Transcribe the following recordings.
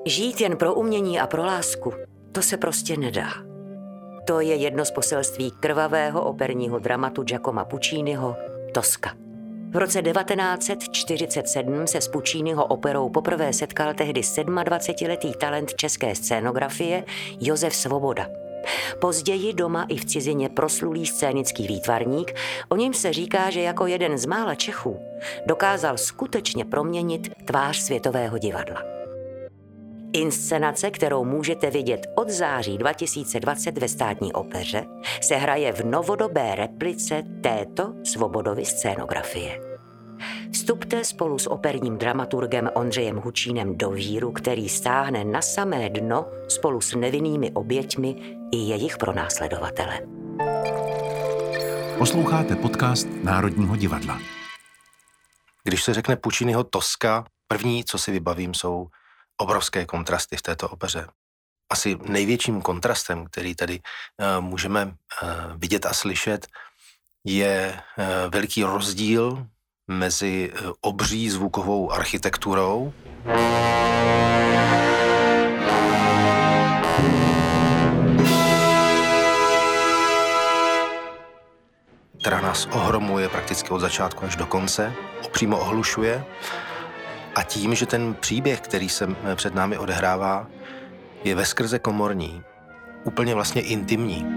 Žít jen pro umění a pro lásku, to se prostě nedá. To je jedno z poselství krvavého operního dramatu Giacomo Pucciniho Tosca. V roce 1947 se s Pucciniho operou poprvé setkal tehdy 27letý talent české scénografie Josef Svoboda. Později doma i v cizině proslulý scénický výtvarník, o něm se říká, že jako jeden z mála Čechů dokázal skutečně proměnit tvář světového divadla. Inscenace, kterou můžete vidět od září 2020 ve Státní opeře, se hraje v novodobé replice této Svobodovy scénografie. Vstupte spolu s operním dramaturgem Ondřejem Hučínem do víru, který stáhne na samé dno spolu s nevinnými oběťmi i jejich pronásledovatele. Posloucháte podcast Národního divadla. Když se řekne Pucciniho Tosca, první, co si vybavím, jsou obrovské kontrasty v této opeře. Asi největším kontrastem, který tady můžeme vidět a slyšet, je veliký rozdíl mezi obří zvukovou architekturou která nás ohromuje prakticky od začátku až do konce, přímo ohlušuje, a tím, že ten příběh, který se před námi odehrává, je veskrze komorní, úplně vlastně intimní.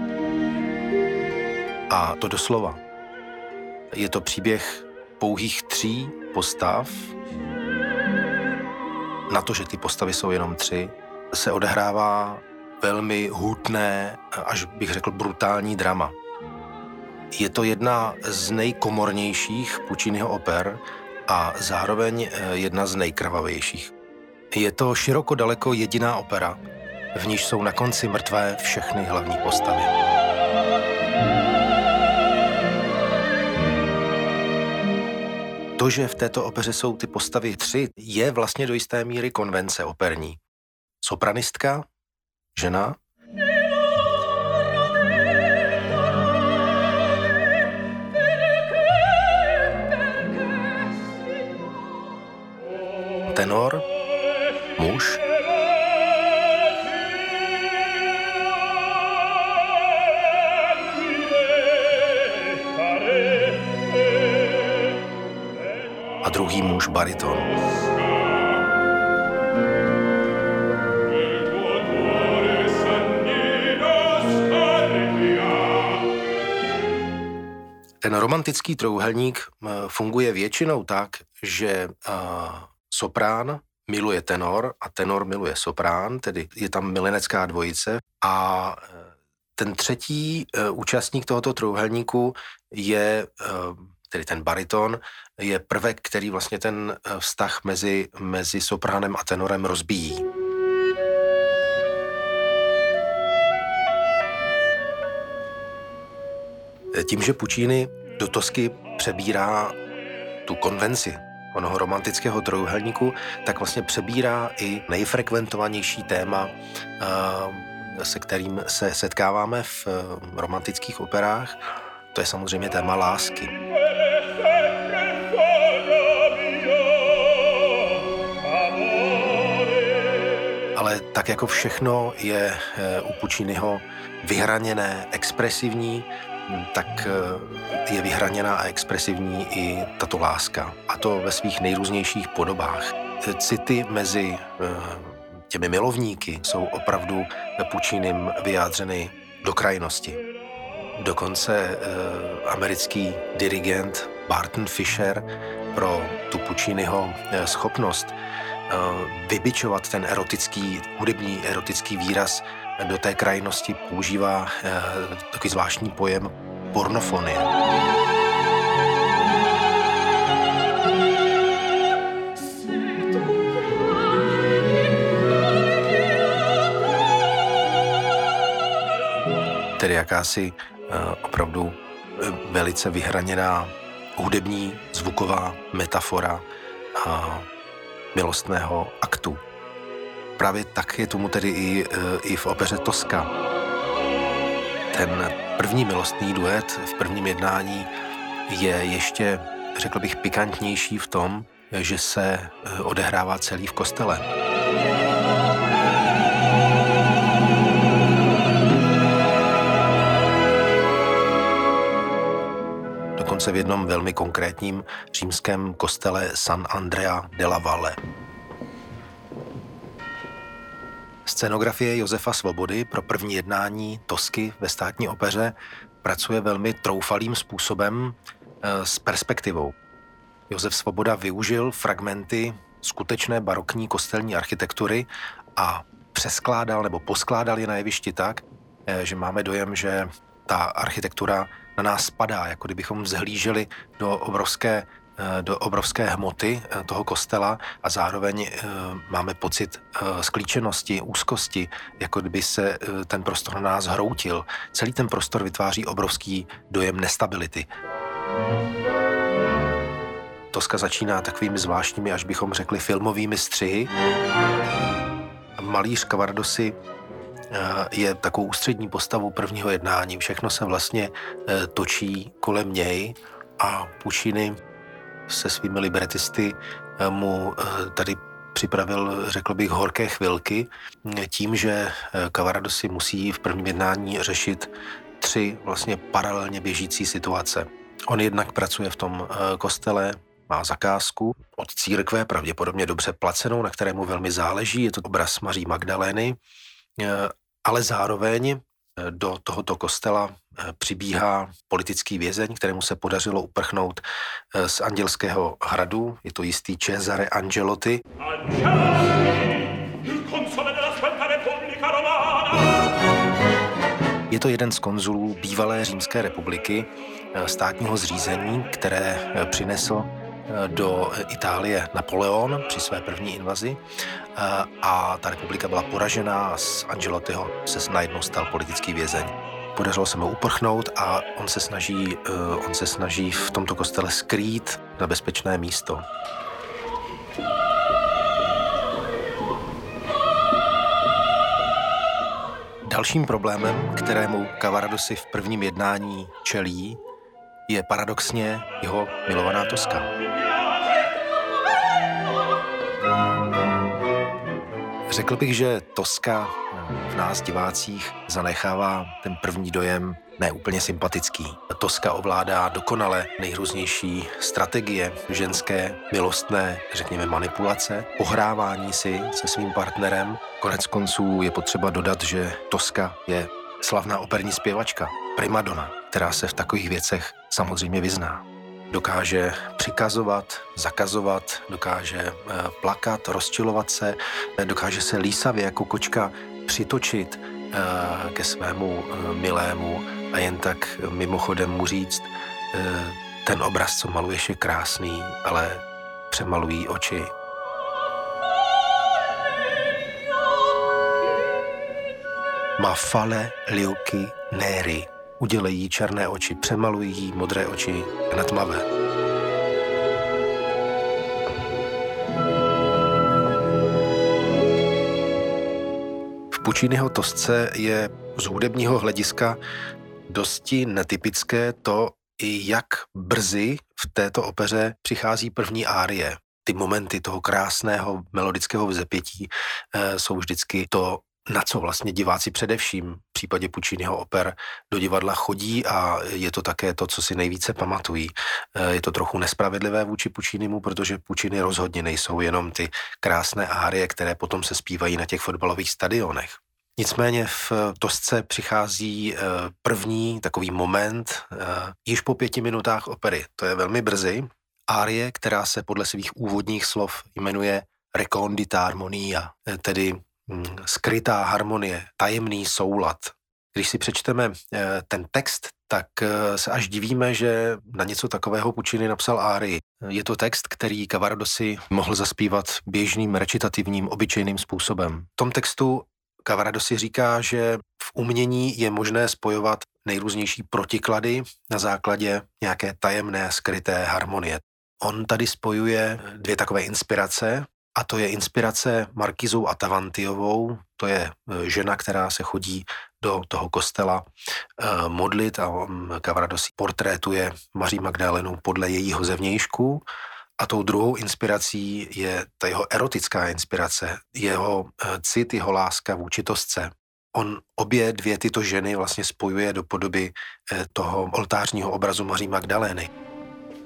A to doslova. Je to příběh pouhých 3 postav. Na to, že ty postavy jsou jenom 3, se odehrává velmi hutné, až bych řekl brutální drama. Je to jedna z nejkomornějších Pucciniho oper a zároveň jedna z nejkrvavějších. Je to široko daleko jediná opera, v níž jsou na konci mrtvé všechny hlavní postavy. To, že v této opeře jsou ty postavy 3, je vlastně do jisté míry konvence operní. Sopranistka, žena, tenor, muž, a druhý muž bariton. Ten romantický trojúhelník funguje většinou tak, že soprán miluje tenor a tenor miluje soprán, tedy je tam milenecká dvojice, a ten třetí účastník tohoto trojúhelníku je, tedy ten bariton, je prvek, který vlastně ten vztah mezi sopránem a tenorem rozbíjí. Tím, že Puccini do Tosky přebírá tu konvenci onoho romantického trojúhelníku, tak vlastně přebírá i nejfrekventovanější téma, se kterým se setkáváme v romantických operách. To je samozřejmě téma lásky. Ale tak jako všechno je u Pucciniho vyhraněné, expresivní, tak je vyhraněná a expresivní i tato láska. A to ve svých nejrůznějších podobách. City mezi těmi milovníky jsou opravdu Puccinim vyjádřeny do krajnosti. Dokonce americký dirigent Barton Fisher pro tu Pucciniho schopnost vybičovat ten hudební erotický výraz do té krajnosti používá takový zvláštní pojem pornofonie. Tedy jakási opravdu velice vyhraněná hudební zvuková metafora milostného aktu. Právě tak je tomu tedy i v opeře Tosca. Ten první milostný duet v prvním jednání je ještě, řekl bych, pikantnější v tom, že se odehrává celý v kostele. dokonce v jednom velmi konkrétním římském kostele San Andrea della Valle. Scenografie Josefa Svobody pro první jednání Tosky ve státní opeře pracuje velmi troufalým způsobem s perspektivou. Josef Svoboda využil fragmenty skutečné barokní kostelní architektury a přeskládal nebo poskládal je na jevišti tak, že máme dojem, že ta architektura na nás spadá, jako kdybychom vzhlíželi do obrovské hmoty toho kostela a zároveň máme pocit sklíčenosti, úzkosti, jako kdyby se ten prostor na nás hroutil. Celý ten prostor vytváří obrovský dojem nestability. Toska začíná takovými zvláštními, až bychom řekli, filmovými střihy. Malíř Cavaradossi je takovou ústřední postavou prvního jednání. Všechno se vlastně točí kolem něj a Puccini se svými libretisty mu tady připravil, řekl bych, horké chvilky tím, že Cavaradossi musí v prvním jednání řešit 3 vlastně paralelně běžící situace. On jednak pracuje v tom kostele, má zakázku od církve, pravděpodobně dobře placenou, na kterému velmi záleží. Je to obraz Maří Magdalény, ale zároveň do tohoto kostela přibíhá politický vězeň, kterému se podařilo uprchnout z Andělského hradu. Je to jistý Cesare Angelotti. Je to jeden z konzulů bývalé Římské republiky, státního zřízení, které přinesl do Itálie Napoleon při své první invazi a ta republika byla poražená a z Angelottiho se najednou stal politický vězeň. Podařilo se mu uprchnout a on se snaží v tomto kostele skrýt na bezpečné místo. Dalším problémem, kterému Cavaradossi v prvním jednání čelí, je paradoxně jeho milovaná Toska. Řekl bych, že Toska v nás divácích zanechává ten první dojem neúplně sympatický. Toska ovládá dokonale nejrůznější strategie ženské, milostné, řekněme manipulace, pohrávání si se svým partnerem. Konec konců je potřeba dodat, že Toska je slavná operní zpěvačka, primadona, která se v takových věcech samozřejmě vyzná. Dokáže přikazovat, zakazovat, dokáže plakat, rozčilovat se, dokáže se lísavě jako kočka přitočit ke svému milému a jen tak mimochodem mu říct, ten obraz, co maluješ, je krásný, ale přemalují oči. Ma fale gli occhi neri. Udělej jí černé oči, přemalují jí modré oči na tmavé. V Pucciniho Tosce je z hudebního hlediska dosti netypické to, i jak brzy v této opeře přichází první árie. Ty momenty toho krásného melodického vzepětí jsou vždycky to, na co vlastně diváci především v případě Pucciniho oper do divadla chodí a je to také to, co si nejvíce pamatují. Je to trochu nespravedlivé vůči Puccinimu, protože Puccini rozhodně nejsou jenom ty krásné árie, které potom se zpívají na těch fotbalových stadionech. Nicméně v Tosce přichází první takový moment již po 5 minutách opery. To je velmi brzy. Árie, která se podle svých úvodních slov jmenuje Recondita Harmonia, tedy skrytá harmonie, tajemný soulad. Když si přečteme ten text, tak se až divíme, že na něco takového Puccini napsal árii. Je to text, který Cavaradossi mohl zaspívat běžným, recitativním, obyčejným způsobem. V tom textu Cavaradossi říká, že v umění je možné spojovat nejrůznější protiklady na základě nějaké tajemné, skryté harmonie. On tady spojuje 2 takové inspirace, a to je inspirace Markizou Atavantiovou, to je žena, která se chodí do toho kostela modlit a Cavaradossi portrétuje Maří Magdalénu podle jejího zevnějšku. A tou druhou inspirací je ta jeho erotická inspirace, jeho cit, jeho láska vůči Tosce. On obě 2 tyto ženy vlastně spojuje do podoby toho oltářního obrazu Maří Magdalény.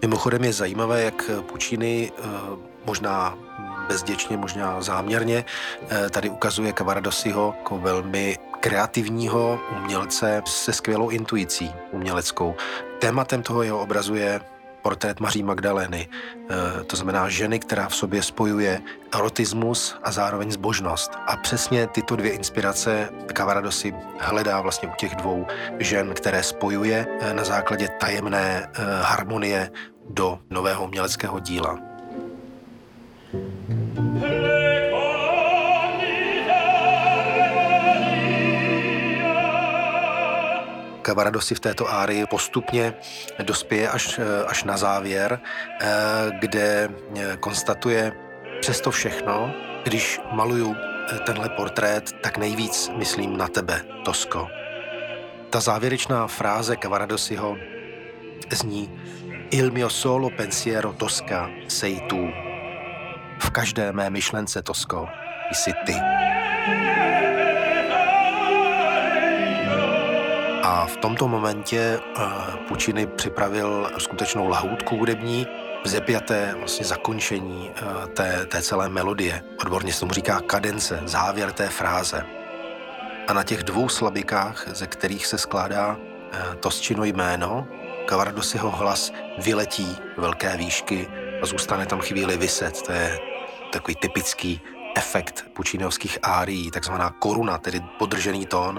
Mimochodem je zajímavé, jak Puccini možná bezděčně, možná záměrně tady ukazuje Cavaradossiho jako velmi kreativního umělce se skvělou intuicí uměleckou. Tématem toho jeho obrazu je portrét Maří Magdalény. To znamená ženy, která v sobě spojuje erotismus a zároveň zbožnost. A přesně tyto dvě inspirace Cavaradossi hledá vlastně u těch dvou žen, které spojuje na základě tajemné harmonie do nového uměleckého díla. Cavaradossi v této árii postupně dospěje až na závěr, kde konstatuje přesto všechno, když maluju tenhle portrét, tak nejvíc myslím na tebe, Tosco. Ta závěrečná fráze Cavaradossiho zní Il mio solo pensiero Tosca sei tu. V každé mé myšlence, Tosco, jsi ty. A v tomto momentě Puccini připravil skutečnou lahůdku hudební, vzepjaté vlastně zakončení té celé melodie. Odborně se tomu říká kadence, závěr té fráze. A na těch dvou slabikách, ze kterých se skládá Toscino jméno, Cavaradossiho hlas vyletí velké výšky a zůstane tam chvíli viset. To je takový typický efekt pucciniovských árií, takzvaná koruna, tedy podržený tón,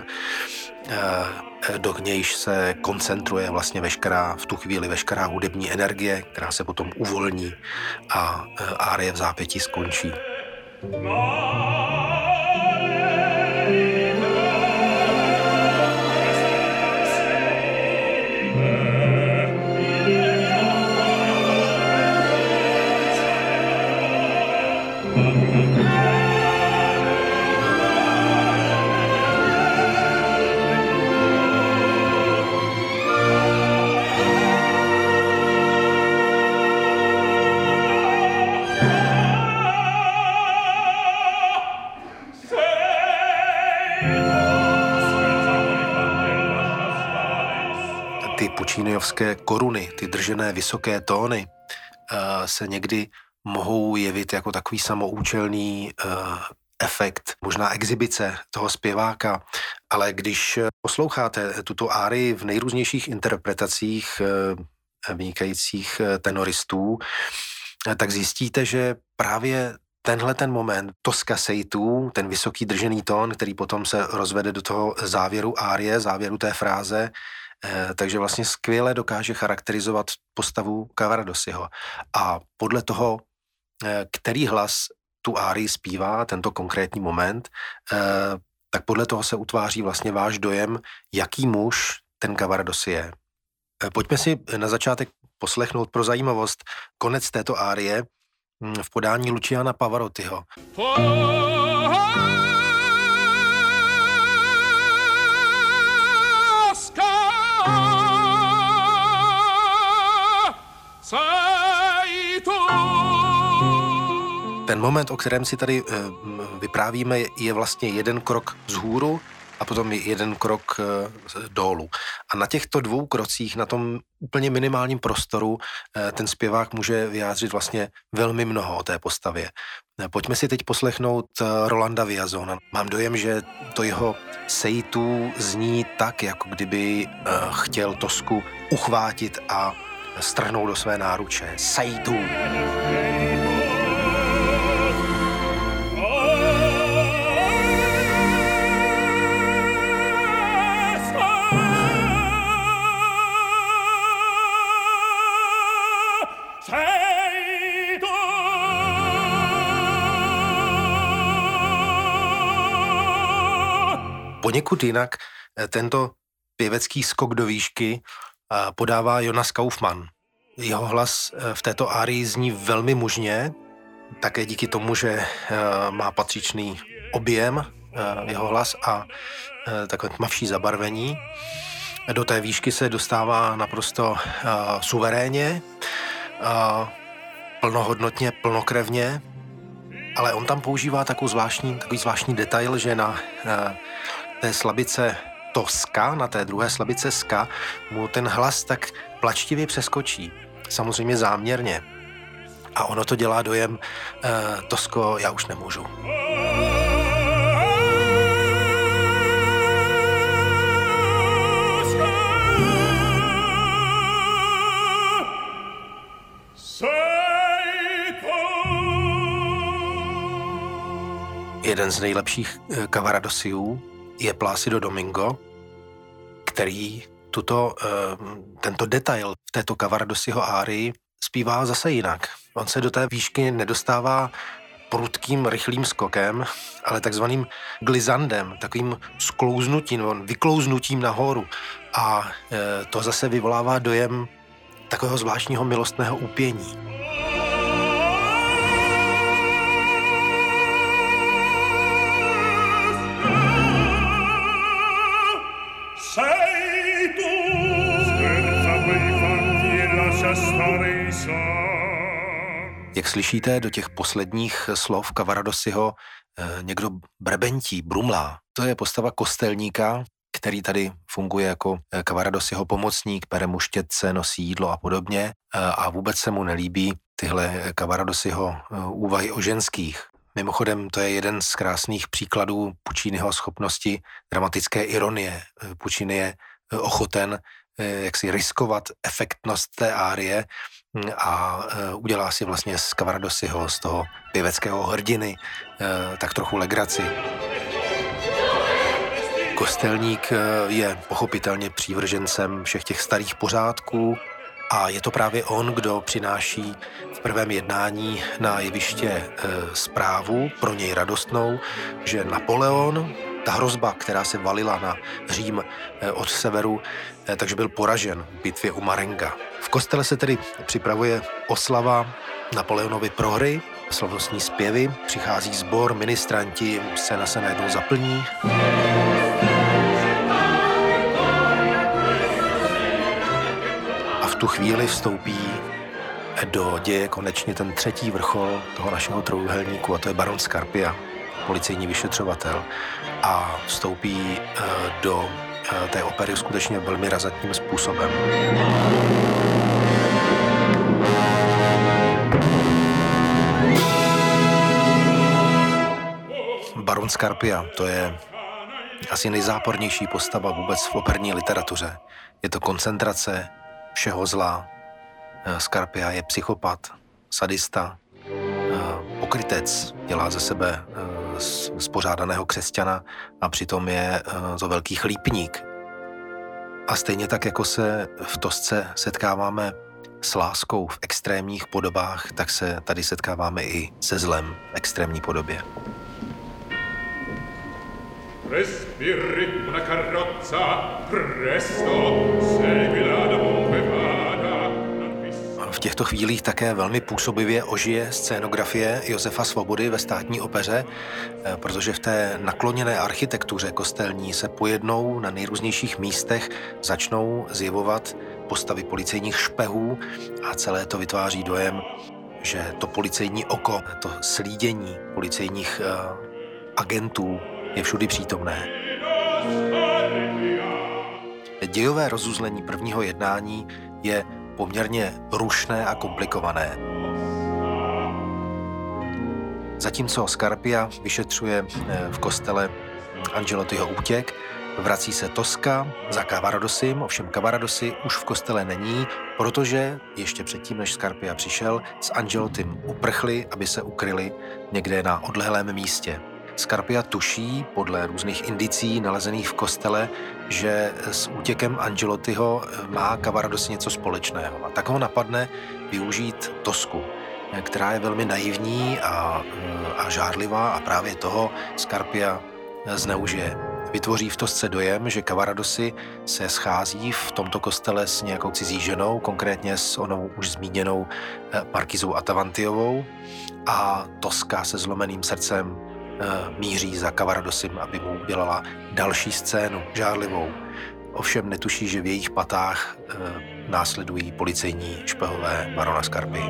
do nějž se koncentruje vlastně v tu chvíli veškerá hudební energie, která se potom uvolní a árie v zápětí skončí. Pucciniovské koruny, ty držené vysoké tóny, se někdy mohou jevit jako takový samoučelný efekt, možná exibice toho zpěváka, ale když posloucháte tuto árii v nejrůznějších interpretacích vynikajících tenoristů, tak zjistíte, že právě tenhle ten moment, Tosca sei tu, ten vysoký držený tón, který potom se rozvede do toho závěru árie, závěru té fráze, takže vlastně skvěle dokáže charakterizovat postavu Cavaradossiho. A podle toho, který hlas tu árii zpívá, tento konkrétní moment, tak podle toho se utváří vlastně váš dojem, jaký muž ten Cavaradossi je. Pojďme si na začátek poslechnout pro zajímavost konec této árie v podání Luciana Pavarottiho. Ten moment, o kterém si tady vyprávíme, je vlastně jeden krok vzhůru a potom jeden krok dolů. A na těchto dvou krocích, na tom úplně minimálním prostoru, ten zpěvák může vyjádřit vlastně velmi mnoho o té postavě. Pojďme si teď poslechnout Rolanda Villazona. Mám dojem, že to jeho sei tu zní tak, jako kdyby chtěl Tosku uchvátit a strhnout do své náruče. Sei tu. Poněkud jinak tento pěvecký skok do výšky podává Jonas Kaufmann. Jeho hlas v této árii zní velmi mužně, také díky tomu, že má patřičný objem jeho hlas a takové tmavší zabarvení. Do té výšky se dostává naprosto suverénně, plnohodnotně, plnokrevně, ale on tam používá takový zvláštní detail, že na té slabice Tosca, na té druhé slabice ska, mu ten hlas tak plačtivě přeskočí. samozřejmě záměrně. A ono to dělá dojem, Tosko, já už nemůžu. Jeden z nejlepších Cavaradosiů je Plácido Domingo, který tento detail v této Cavaradosiho árii zpívá zase jinak. On se do té výšky nedostává prudkým, rychlým skokem, ale takzvaným glizandem, takovým sklouznutím, vyklouznutím nahoru. A to zase vyvolává dojem takového zvláštního milostného úpění. Jak slyšíte, do těch posledních slov Cavaradosiho někdo brbentí, brumlá. To je postava kostelníka, který tady funguje jako Cavaradosiho pomocník, pere mu štětce, nosí jídlo a podobně a vůbec se mu nelíbí tyhle Cavaradosiho úvahy o ženských. Mimochodem, to je jeden z krásných příkladů Pucciniho schopnosti dramatické ironie. Puccini je ochoten jak si riskovat efektnost té árie a udělá si vlastně z Cavaradosiho, z toho pěveckého hrdiny, tak trochu legraci. Kostelník je pochopitelně přívržencem všech těch starých pořádků a je to právě on, kdo přináší v prvém jednání na jeviště zprávu, pro něj radostnou, že Napoleon, ta hrozba, která se valila na Řím od severu, takže byl poražen v bitvě u Marenga. V kostele se tedy připravuje oslava Napoleonovy prohry, slavnostní zpěvy, přichází sbor, ministranti, scéna se najednou zaplní. A v tu chvíli vstoupí do děje konečně ten třetí vrchol toho našeho trojúhelníku, a to je baron Scarpia, policejní vyšetřovatel, a vstoupí do té opery skutečně velmi razantním způsobem. Baron Scarpia, to je asi nejzápornější postava vůbec v operní literatuře. Je to koncentrace všeho zla. Scarpia je psychopat, sadista, pokrytec, dělá ze sebe spořádaného křesťana a přitom je to velký chlípník. A stejně tak, jako se v Tosce setkáváme s láskou v extrémních podobách, tak se tady setkáváme i se zlem v extrémní podobě. Respiri una carrozza, presto, seguila domunque vada. V těchto chvílích také velmi působivě ožije scénografie Josefa Svobody ve Státní opeře, protože v té nakloněné architektuře kostelní se pojednou na nejrůznějších místech začnou zjevovat postavy policejních špehů a celé to vytváří dojem, že to policejní oko, to slídění policejních agentů je všudy přítomné. Dějové rozuzlení prvního jednání je poměrně rušné a komplikované. Zatímco Scarpia vyšetřuje v kostele Angelottiho útěk, vrací se Tosca za Cavaradosím, ovšem Cavaradossi už v kostele není, protože ještě předtím, než Scarpia přišel, s Angelottim uprchli, aby se ukryli někde na odlehlém místě. Scarpia tuší, podle různých indicí nalezených v kostele, že s útěkem Angelottiho má Cavaradossi něco společného. A tak ho napadne využít Tosku, která je velmi naivní a žárlivá, a právě toho Scarpia zneužije. Vytvoří v Tosce dojem, že Cavaradossi se schází v tomto kostele s nějakou cizí ženou, konkrétně s onou už zmíněnou markizou Atavantiovou, a Tosca se zlomeným srdcem míří za Cavaradossim, aby mu udělala další scénu, žárlivou. Ovšem netuší, že v jejich patách následují policejní špehové barona Scarpii.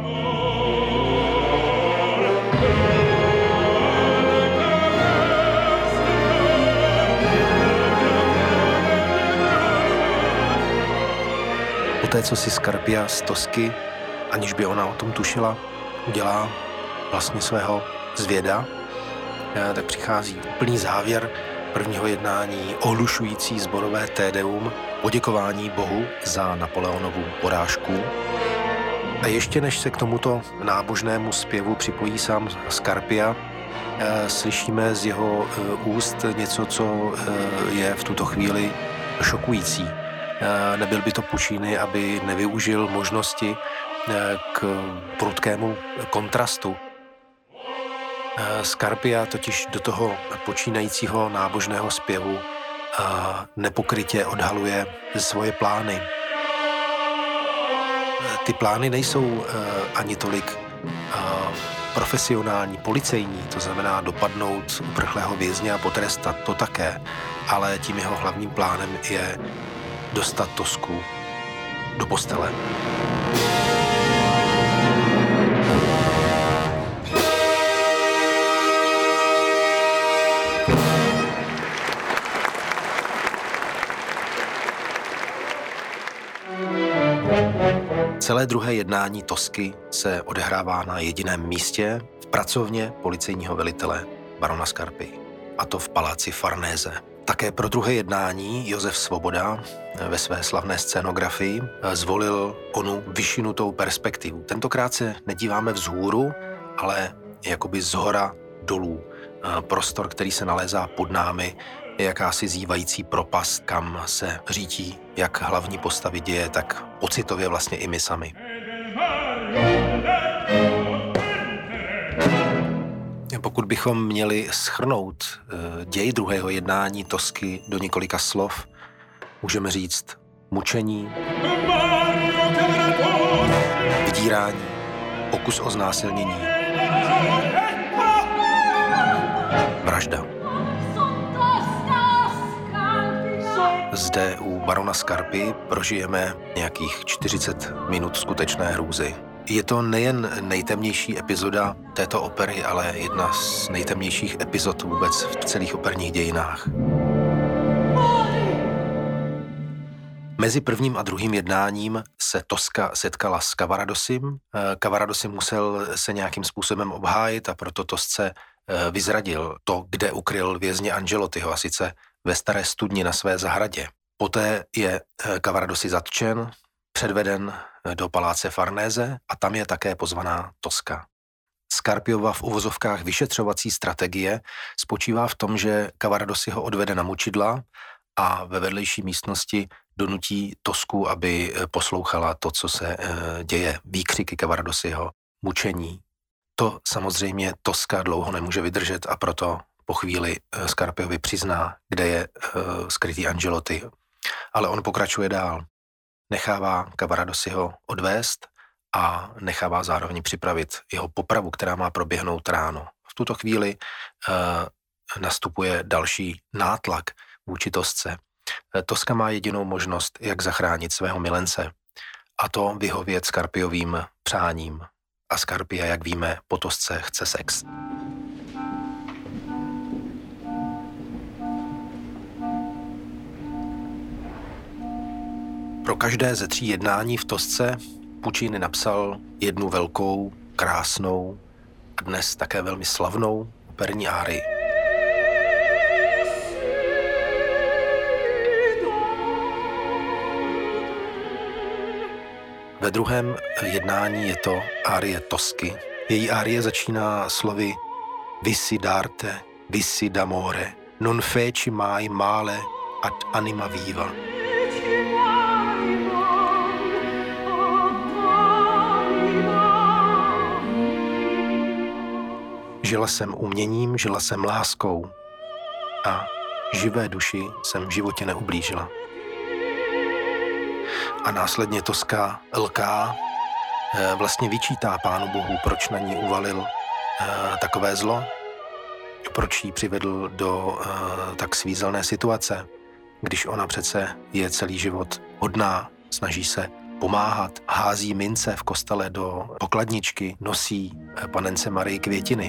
Poté, co si Scarpia z Tosky aniž by ona o tom tušila, udělá vlastně svého zvěda, tak přichází úplný závěr prvního jednání, ohlušující sborové tédeum, poděkování Bohu za Napoleonovu porážku. A ještě než se k tomuto nábožnému zpěvu připojí sám Scarpia, slyšíme z jeho úst něco, co je v tuto chvíli šokující. Nebyl by to Puccini, aby nevyužil možnosti k prudkému kontrastu. Scarpia totiž do toho počínajícího nábožného zpěvu nepokrytě odhaluje svoje plány. Ty plány nejsou ani tolik profesionální, policejní, to znamená dopadnout uprchlého vězně a potrestat, to také, ale tím jeho hlavním plánem je dostat Tosku do postele. Celé druhé jednání Tosky se odehrává na jediném místě v pracovně policejního velitele barona Scarpii, a to v paláci Farnese. Také pro druhé jednání Josef Svoboda ve své slavné scénografii zvolil onu vyšinutou perspektivu. Tentokrát se nedíváme vzhůru, ale jakoby zhora dolů. Prostor, který se nalézá pod námi, je jakási zývající propast, kam se řítí jak hlavní postavy děje, tak pocitově vlastně i my sami. Pokud bychom měli shrnout děj druhého jednání Tosky do několika slov, můžeme říct mučení, vydírání, pokus o znásilnění, vražda. Zde u barona Scarpy prožijeme nějakých 40 minut skutečné hrůzy. Je to nejen nejtemnější epizoda této opery, ale jedna z nejtemnějších epizod vůbec v celých operních dějinách. Mezi prvním a druhým jednáním se Toska setkala s Cavaradossim. Cavaradossim musel se nějakým způsobem obhájit a proto Tosce vyzradil to, kde ukryl vězně Angelottiho, a sice ve staré studni na své zahradě. Poté je Cavaradossi zatčen, předveden do paláce Farnese a tam je také pozvaná Toska. Scarpiova v uvozovkách vyšetřovací strategie spočívá v tom, že Cavaradossi ho odvede na mučidla a ve vedlejší místnosti donutí Tosku, aby poslouchala to, co se děje, výkřiky Cavaradossiho, mučení. To samozřejmě Toska dlouho nemůže vydržet a proto po chvíli Scarpiovi přizná, kde je skrytý Angelotti. Ale on pokračuje dál. Nechává Cavaradossiho odvést a nechává zároveň připravit jeho popravu, která má proběhnout ráno. V tuto chvíli nastupuje další nátlak vůči Tosce. Toska má jedinou možnost, jak zachránit svého milence, a to vyhovět Scarpiovým přáním. A Scarpia, jak víme, po Tosce chce sex. Pro každé ze 3 jednání v Tosce Puccini napsal jednu velkou, krásnou a dnes také velmi slavnou operní árii. Ve druhém jednání je to árie Tosky. Její árie začíná slovy Vissi d'arte, vissi d'amore, non feci mai male ad anima viva. Žila jsem uměním, žila jsem láskou a živé duši jsem v životě neublížila. A následně Toska lká, vlastně vyčítá Pánu Bohu, proč na ní uvalil takové zlo, proč jí přivedl do tak svízelné situace, když ona přece je celý život hodná, snaží se pomáhat, hází mince v kostele do pokladničky, nosí panence Marii květiny.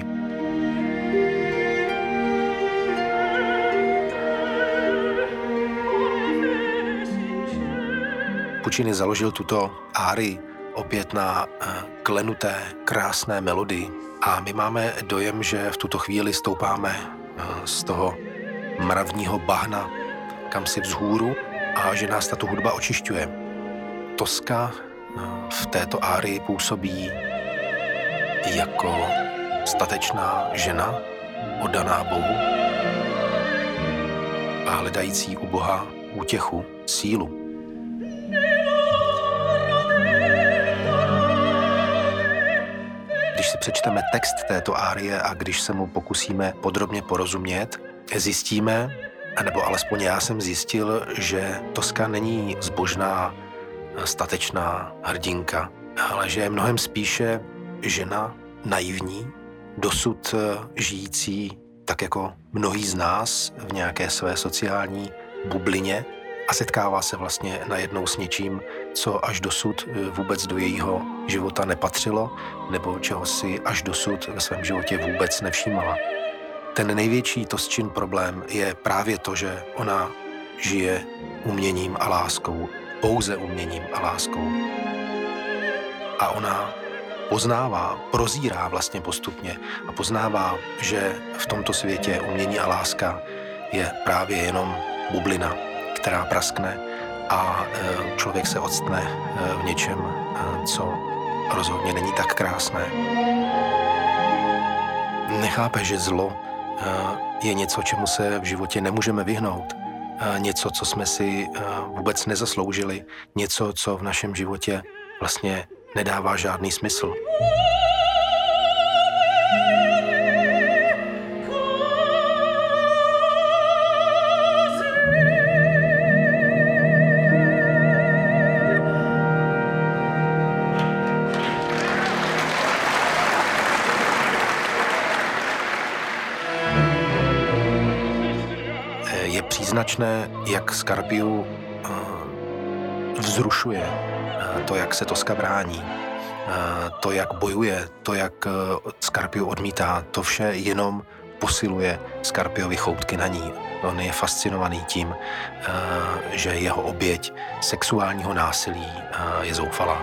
Puccini založil tuto árii opět na klenuté, krásné melodii a my máme dojem, že v tuto chvíli stoupáme z toho mravního bahna kamsi vzhůru a že nás tato hudba očišťuje. Tosca v této árii působí jako statečná žena, oddaná Bohu a hledající u Boha útěchu, sílu. Když si přečteme text této árie a když se mu pokusíme podrobně porozumět, zjistíme, nebo alespoň já jsem zjistil, že Tosca není zbožná, statečná hrdinka, ale že je mnohem spíše žena naivní, dosud žijící tak jako mnohý z nás v nějaké své sociální bublině a setkává se vlastně najednou s něčím, co až dosud vůbec do jejího života nepatřilo, nebo čeho si až dosud ve svém životě vůbec nevšímala. Ten největší Tosčin problém je právě to, že ona žije uměním a láskou, pouze uměním a láskou. A ona poznává, prozírá vlastně postupně a poznává, že v tomto světě umění a láska je právě jenom bublina, která praskne a člověk se odstne v něčem, co rozhodně není tak krásné. Nechápe, že zlo je něco, čemu se v životě nemůžeme vyhnout. Něco, co jsme si vůbec nezasloužili. Něco, co v našem životě vlastně nedává žádný smysl. Je příznačné, jak Scarpiu vzrušuje to, jak se Tosca brání, to, jak bojuje, to, jak Scarpiu odmítá, to vše jenom posiluje Scarpiovi choutky na ní. On je fascinovaný tím, že jeho oběť sexuálního násilí je zoufalá.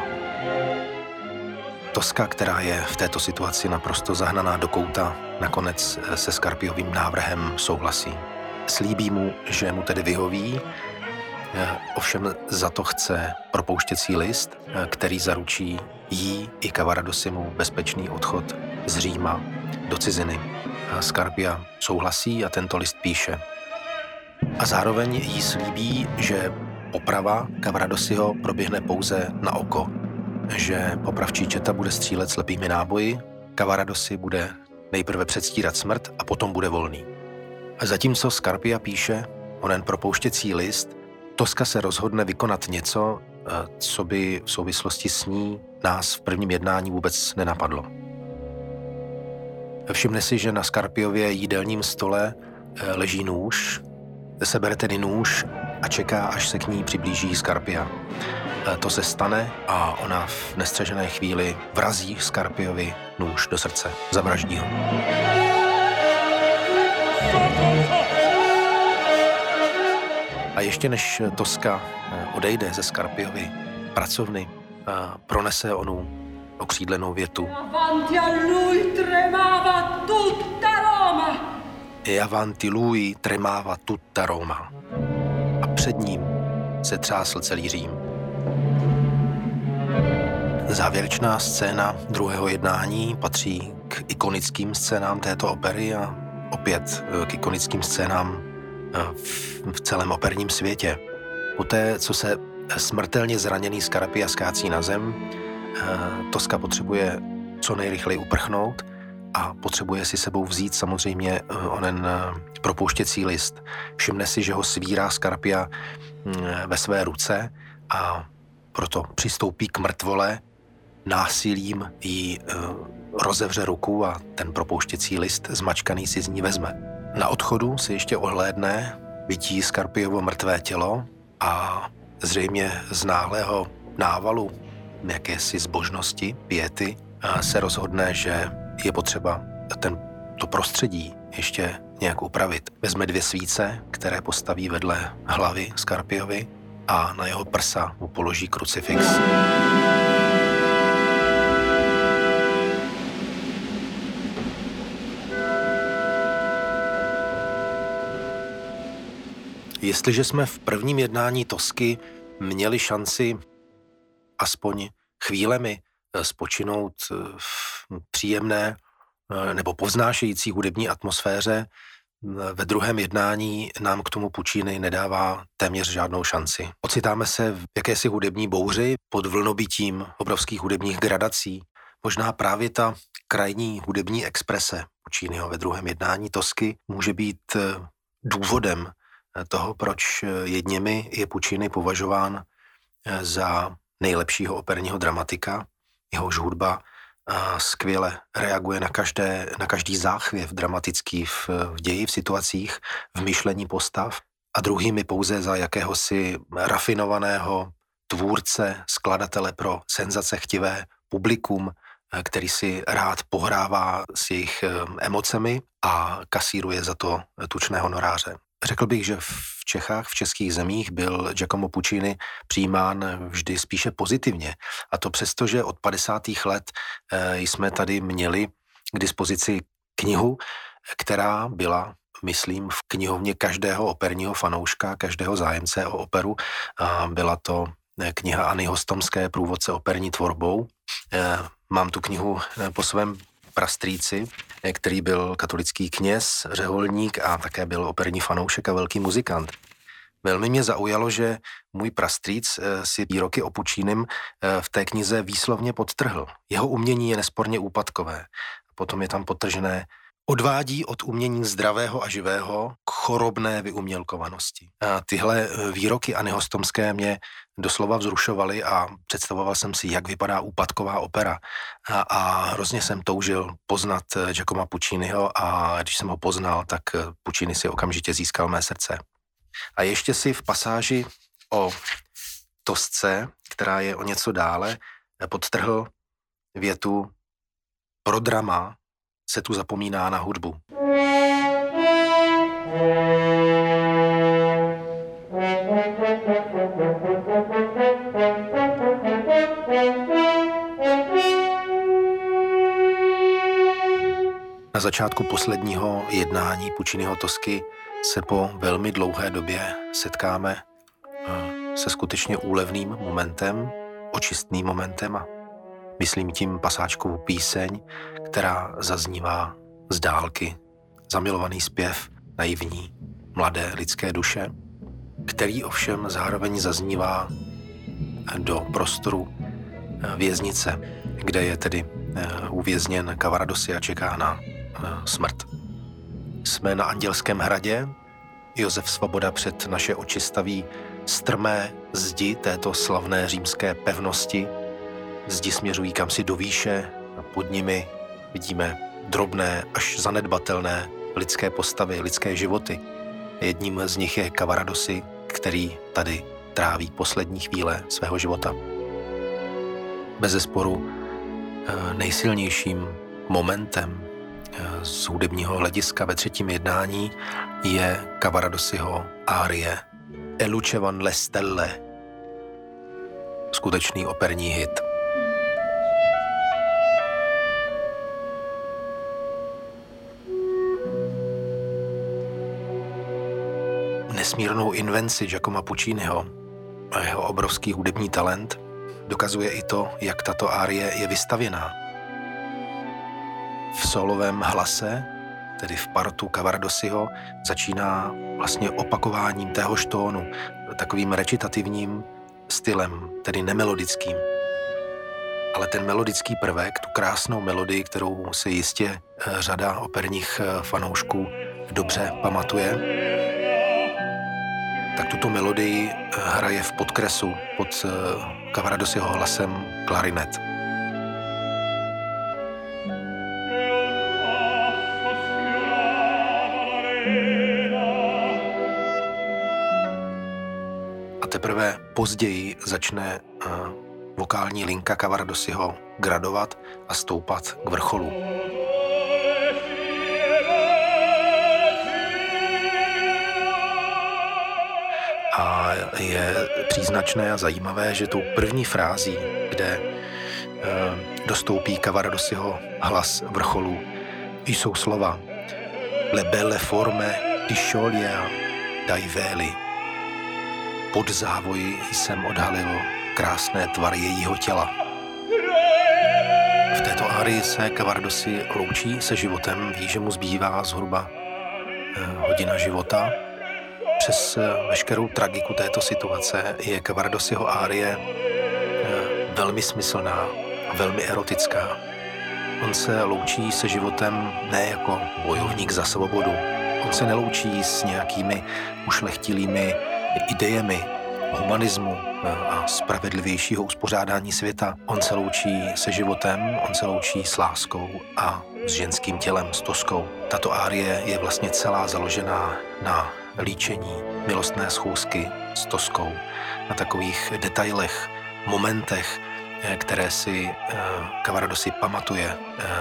Tosca, která je v této situaci naprosto zahnaná do kouta, nakonec se Scarpiovým návrhem souhlasí. Slíbí mu, že mu tedy vyhoví, ovšem za to chce propouštěcí list, který zaručí jí i Cavaradosimu bezpečný odchod z Říma do ciziny. Scarpia souhlasí a tento list píše. A zároveň jí slíbí, že poprava Cavaradosiho proběhne pouze na oko, že popravčí četa bude střílet slepými náboji, Cavaradossi bude nejprve předstírat smrt a potom bude volný. A zatímco Scarpia píše onen propouštěcí list, Tosca se rozhodne vykonat něco, co by v souvislosti s ní nás v prvním jednání vůbec nenapadlo. Všimne si, že na Scarpiově jídelním stole leží nůž, sebere tedy nůž a čeká, až se k ní přiblíží Scarpia. To se stane a ona v nestřežené chvíli vrazí Scarpiovi nůž do srdce, zavraždí ho. A ještě než Tosca odejde ze Scarpiovy pracovny, pronese onu okřídlenou větu. E avanti lui tremava tutta Roma. A před ním se třásl celý Řím. Závěrečná scéna druhého jednání patří k ikonickým scénám této opery a opět k ikonickým scénám v celém operním světě. Poté, co se smrtelně zraněný Scarpia skácí na zem, Tosca potřebuje co nejrychleji uprchnout a potřebuje si sebou vzít samozřejmě onen propouštěcí list. Všimne si, že ho svírá Scarpia ve své ruce a proto přistoupí k mrtvole, násilím jí rozevře ruku a ten propouštěcí list zmačkaný si z ní vezme. Na odchodu si ještě ohlédne, vidí Scarpiovo mrtvé tělo a zřejmě z náhlého návalu jakési zbožnosti, piety, se rozhodne, že je potřeba to prostředí ještě nějak upravit. Vezme 2 svíce, které postaví vedle hlavy Scarpiovi a na jeho prsa mu položí krucifix. Jestliže jsme v prvním jednání Tosky měli šanci aspoň chvílemi spočinout v příjemné nebo povznášející hudební atmosféře, ve druhém jednání nám k tomu Puccini nedává téměř žádnou šanci. Ocitáme se v jakési hudební bouři pod vlnobytím obrovských hudebních gradací. Možná právě ta krajní hudební exprese Pucciniho ve druhém jednání Tosky může být důvodem toho, proč jedněmi je Puccini považován za nejlepšího operního dramatika. Jehož hudba skvěle reaguje na každý záchvěv dramatický v ději, v situacích, v myšlení postav, a druhými pouze za jakéhosi rafinovaného tvůrce, skladatele pro senzacechtivé publikum, který si rád pohrává s jejich emocemi a kasíruje za to tučné honoráře. Řekl bych, že v Čechách, v českých zemích byl Giacomo Puccini přijímán vždy spíše pozitivně. A to přesto, že od 50. let jsme tady měli k dispozici knihu, která byla, myslím, v knihovně každého operního fanouška, každého zájemce o operu. A byla to kniha Anny Hostomské, Průvodce operní tvorbou. Mám tu knihu po svém prastrýci, který byl katolický kněz, řeholník a také byl operní fanoušek a velký muzikant. Velmi mě zaujalo, že můj prastrýc si výroky o Puccinim v té knize výslovně podtrhl. Jeho umění je nesporně úpadkové. Potom je tam podtržené: odvádí od umění zdravého a živého k chorobné vyumělkovanosti. A tyhle výroky Anny Hostomské mě doslova vzrušovaly a představoval jsem si, jak vypadá úpadková opera. A hrozně jsem toužil poznat Giacomo Pucciniho, a když jsem ho poznal, tak Puccini si okamžitě získal mé srdce. A ještě si v pasáži o Tosce, která je o něco dále, podtrhl větu: pro drama se tu zapomíná na hudbu. Na začátku posledního jednání Pucciniho Tosky se po velmi dlouhé době setkáme se skutečně úlevným momentem, očistným momentem, a myslím tím pasáčkovou píseň, která zaznívá z dálky. Zamilovaný zpěv naivní, mladé lidské duše, který ovšem zároveň zaznívá do prostoru věznice, kde je tedy uvězněn Cavaradossi a čeká na smrt. Jsme na Andělském hradě. Josef Svoboda před naše oči staví strmé zdi této slavné římské pevnosti. Zdi směřují kamsi do výše a pod nimi vidíme drobné až zanedbatelné lidské postavy, lidské životy. Jedním z nich je Cavaradossi, který tady tráví poslední chvíle svého života. Bezesporu nejsilnějším momentem z hudebního hlediska ve třetím jednání je Cavaradossiho árie E luce van le stelle, skutečný operní hit. Nesmírnou invenci Giacoma Pucciniho a jeho obrovský hudební talent dokazuje i to, jak tato árie je vystavěná. V solovém hlase, tedy v partu Cavaradossiho, začíná vlastně opakováním téhož tónu, takovým recitativním stylem, tedy nemelodickým. Ale ten melodický prvek, tu krásnou melodii, kterou si jistě řada operních fanoušků dobře pamatuje, tak tuto melodii hraje v podkresu pod Cavaradossiho hlasem klarinet. A teprve později začne vokální linka Cavaradossiho gradovat a stoupat k vrcholu. A je příznačné a zajímavé, že tou první frází, kde dostoupí Cavaradossiho hlas vrcholu, jsou slova Le belle forme di sciogliere dai veli pod závoji jsem odhalil krásné tvary jejího těla. V této árii se Cavaradossi loučí se životem, ví, že mu zbývá zhruba hodina života. Přes veškerou tragiku této situace je Cavaradossiho árie velmi smyslná a velmi erotická. On se loučí se životem ne jako bojovník za svobodu. On se neloučí s nějakými ušlechtilými idejemi humanismu a spravedlivějšího uspořádání světa. On se loučí se životem, on se loučí s láskou a s ženským tělem, s Toskou. Tato árie je vlastně celá založená na líčení milostné schůzky s Toskou, na takových detailech, momentech, které si Cavaradossi pamatuje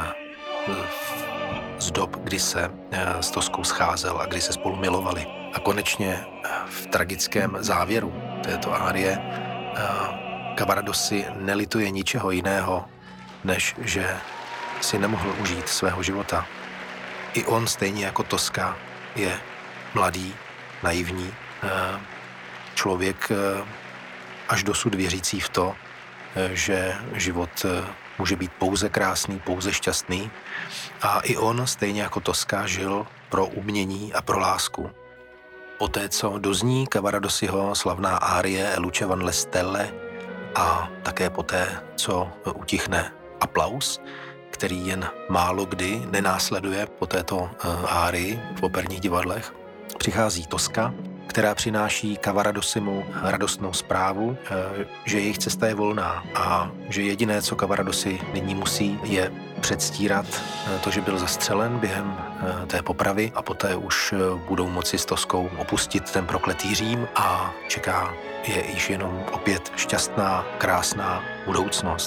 z dob, kdy se s Toskou scházel a kdy se spolu milovali. A konečně v tragickém závěru této árie Cavaradossi nelituje ničeho jiného, než že si nemohl užít svého života. I on, stejně jako Toska, je mladý, naivní člověk, až dosud věřící v to, že život může být pouze krásný, pouze šťastný. A i on, stejně jako Toska, žil pro umění a pro lásku. Poté, co dozní Cavaradossiho slavná árie Luce van le Stelle a také poté, co utichne aplaus, který jen málo kdy nenásleduje po této árii v operních divadlech, přichází Toska, která přináší Cavaradossimu radostnou zprávu, že jejich cesta je volná a že jediné, co Cavaradossi nyní musí, je předstírat to, že byl zastřelen během té popravy a poté už budou moci s Toskou opustit ten prokletý Řím a čeká je již jenom opět šťastná, krásná budoucnost.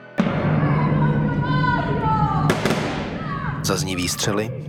Zazní výstřely.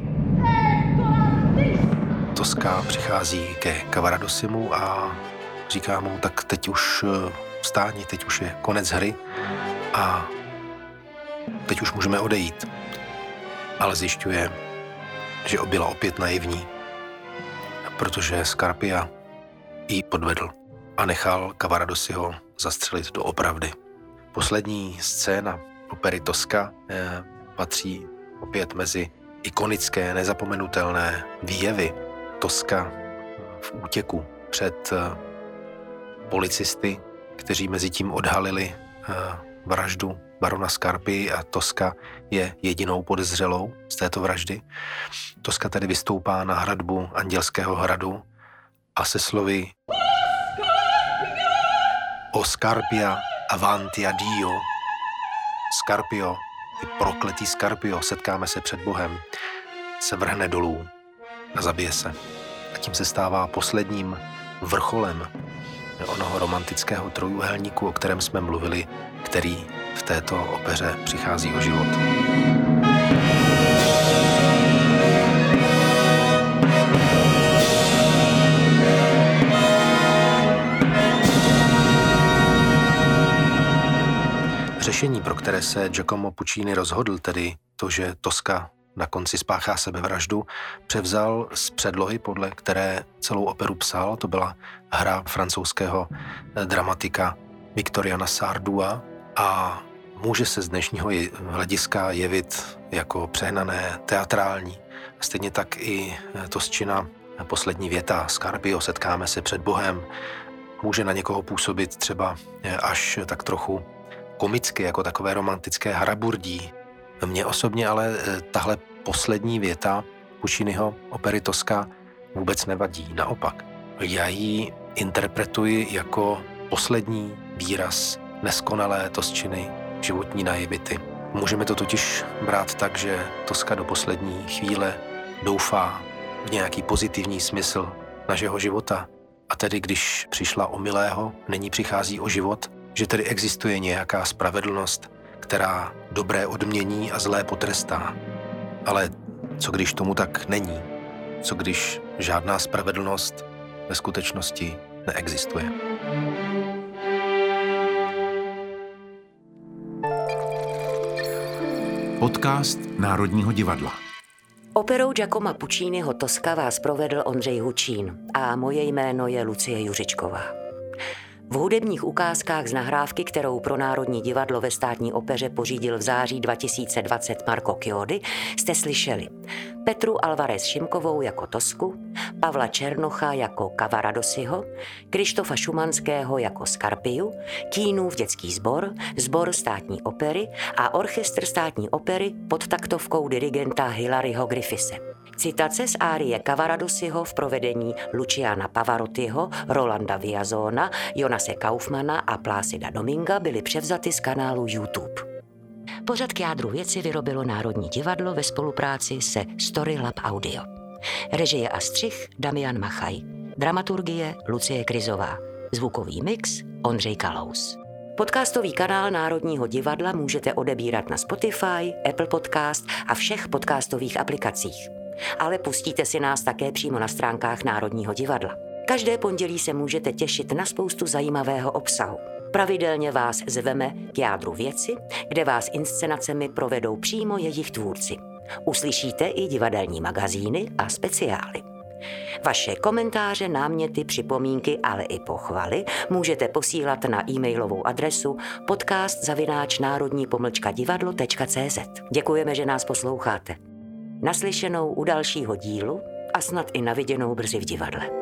Toska přichází ke Cavaradossimu a říká mu, tak teď už vstáni, teď už je konec hry a teď už můžeme odejít. Ale zjišťuje, že byla opět naivní, protože Scarpia jí podvedl a nechal Cavaradossiho zastřelit doopravdy. Poslední scéna opery Toska patří opět mezi ikonické, nezapomenutelné výjevy. Toska v útěku před policisty, kteří mezi tím odhalili vraždu barona Scarpii a Toska je jedinou podezřelou z této vraždy. Toska tedy vystoupá na hradbu Andělského hradu a se slovy O Scarpia avanti a Dio, Scarpio, ty prokletý Scarpio, setkáme se před Bohem, se vrhne dolů a zabije se. A tím se stává posledním vrcholem onoho romantického trojúhelníku, o kterém jsme mluvili, který v této opeře přichází o život. Řešení, pro které se Giacomo Puccini rozhodl, tedy to, že Toska na konci spáchá sebevraždu, převzal z předlohy, podle které celou operu psal. To byla hra francouzského dramatika Victoriana Sardua a může se z dnešního hlediska jevit jako přehnané, teatrální. Stejně tak i Tosčina poslední věta Scarpio, setkáme se před Bohem, může na někoho působit třeba až tak trochu komicky, jako takové romantické haraburdí. Mně osobně ale tahle poslední věta Pucciniho opery Toska vůbec nevadí. Naopak, já ji interpretuji jako poslední výraz neskonalé Tosčiny životní naivity. Můžeme to totiž brát tak, že Toska do poslední chvíle doufá v nějaký pozitivní smysl našeho života. A tedy, když přišla o milého, nyní přichází o život, že tedy existuje nějaká spravedlnost, která dobré odmění a zlé potrestá. Ale co když tomu tak není? Co když žádná spravedlnost ve skutečnosti neexistuje? Podcast Národního divadla. Operou Giacoma Pucciniho Toska vás provedl Ondřej Hučín a moje jméno je Lucie Juřičková. V hudebních ukázkách z nahrávky, kterou pro Národní divadlo ve Státní opeře pořídil v září 2020 Marco Chiodi, jste slyšeli Petru Alvarez Šimkovou jako Tosku, Pavla Černocha jako Cavaradosiho, Krištofa Šumanského jako Skarpiu, Kínův dětský sbor, sbor Státní opery a orchestr Státní opery pod taktovkou dirigenta Hilaryho Griffise. Citace z árie Cavaradosiho v provedení Luciana Pavarottiho, Rolanda Viazona, Jonase Kaufmana a Plácida Dominga byly převzaty z kanálu YouTube. Pořad K jádru věci vyrobilo Národní divadlo ve spolupráci se Storylab Audio. Režie a střih Damian Machaj. Dramaturgie Lucie Kryzová. Zvukový mix Ondřej Kalous. Podcastový kanál Národního divadla můžete odebírat na Spotify, Apple Podcast a všech podcastových aplikacích. Ale pustíte si nás také přímo na stránkách Národního divadla. Každé pondělí se můžete těšit na spoustu zajímavého obsahu. Pravidelně vás zveme k jádru věci, kde vás inscenacemi provedou přímo jejich tvůrci. Uslyšíte i divadelní magazíny a speciály. Vaše komentáře, náměty, připomínky, ale i pochvaly můžete posílat na e-mailovou adresu podcast@národní-divadlo.cz. Děkujeme, že nás posloucháte. Naslyšenou u dalšího dílu a snad i na viděnou brzy v divadle.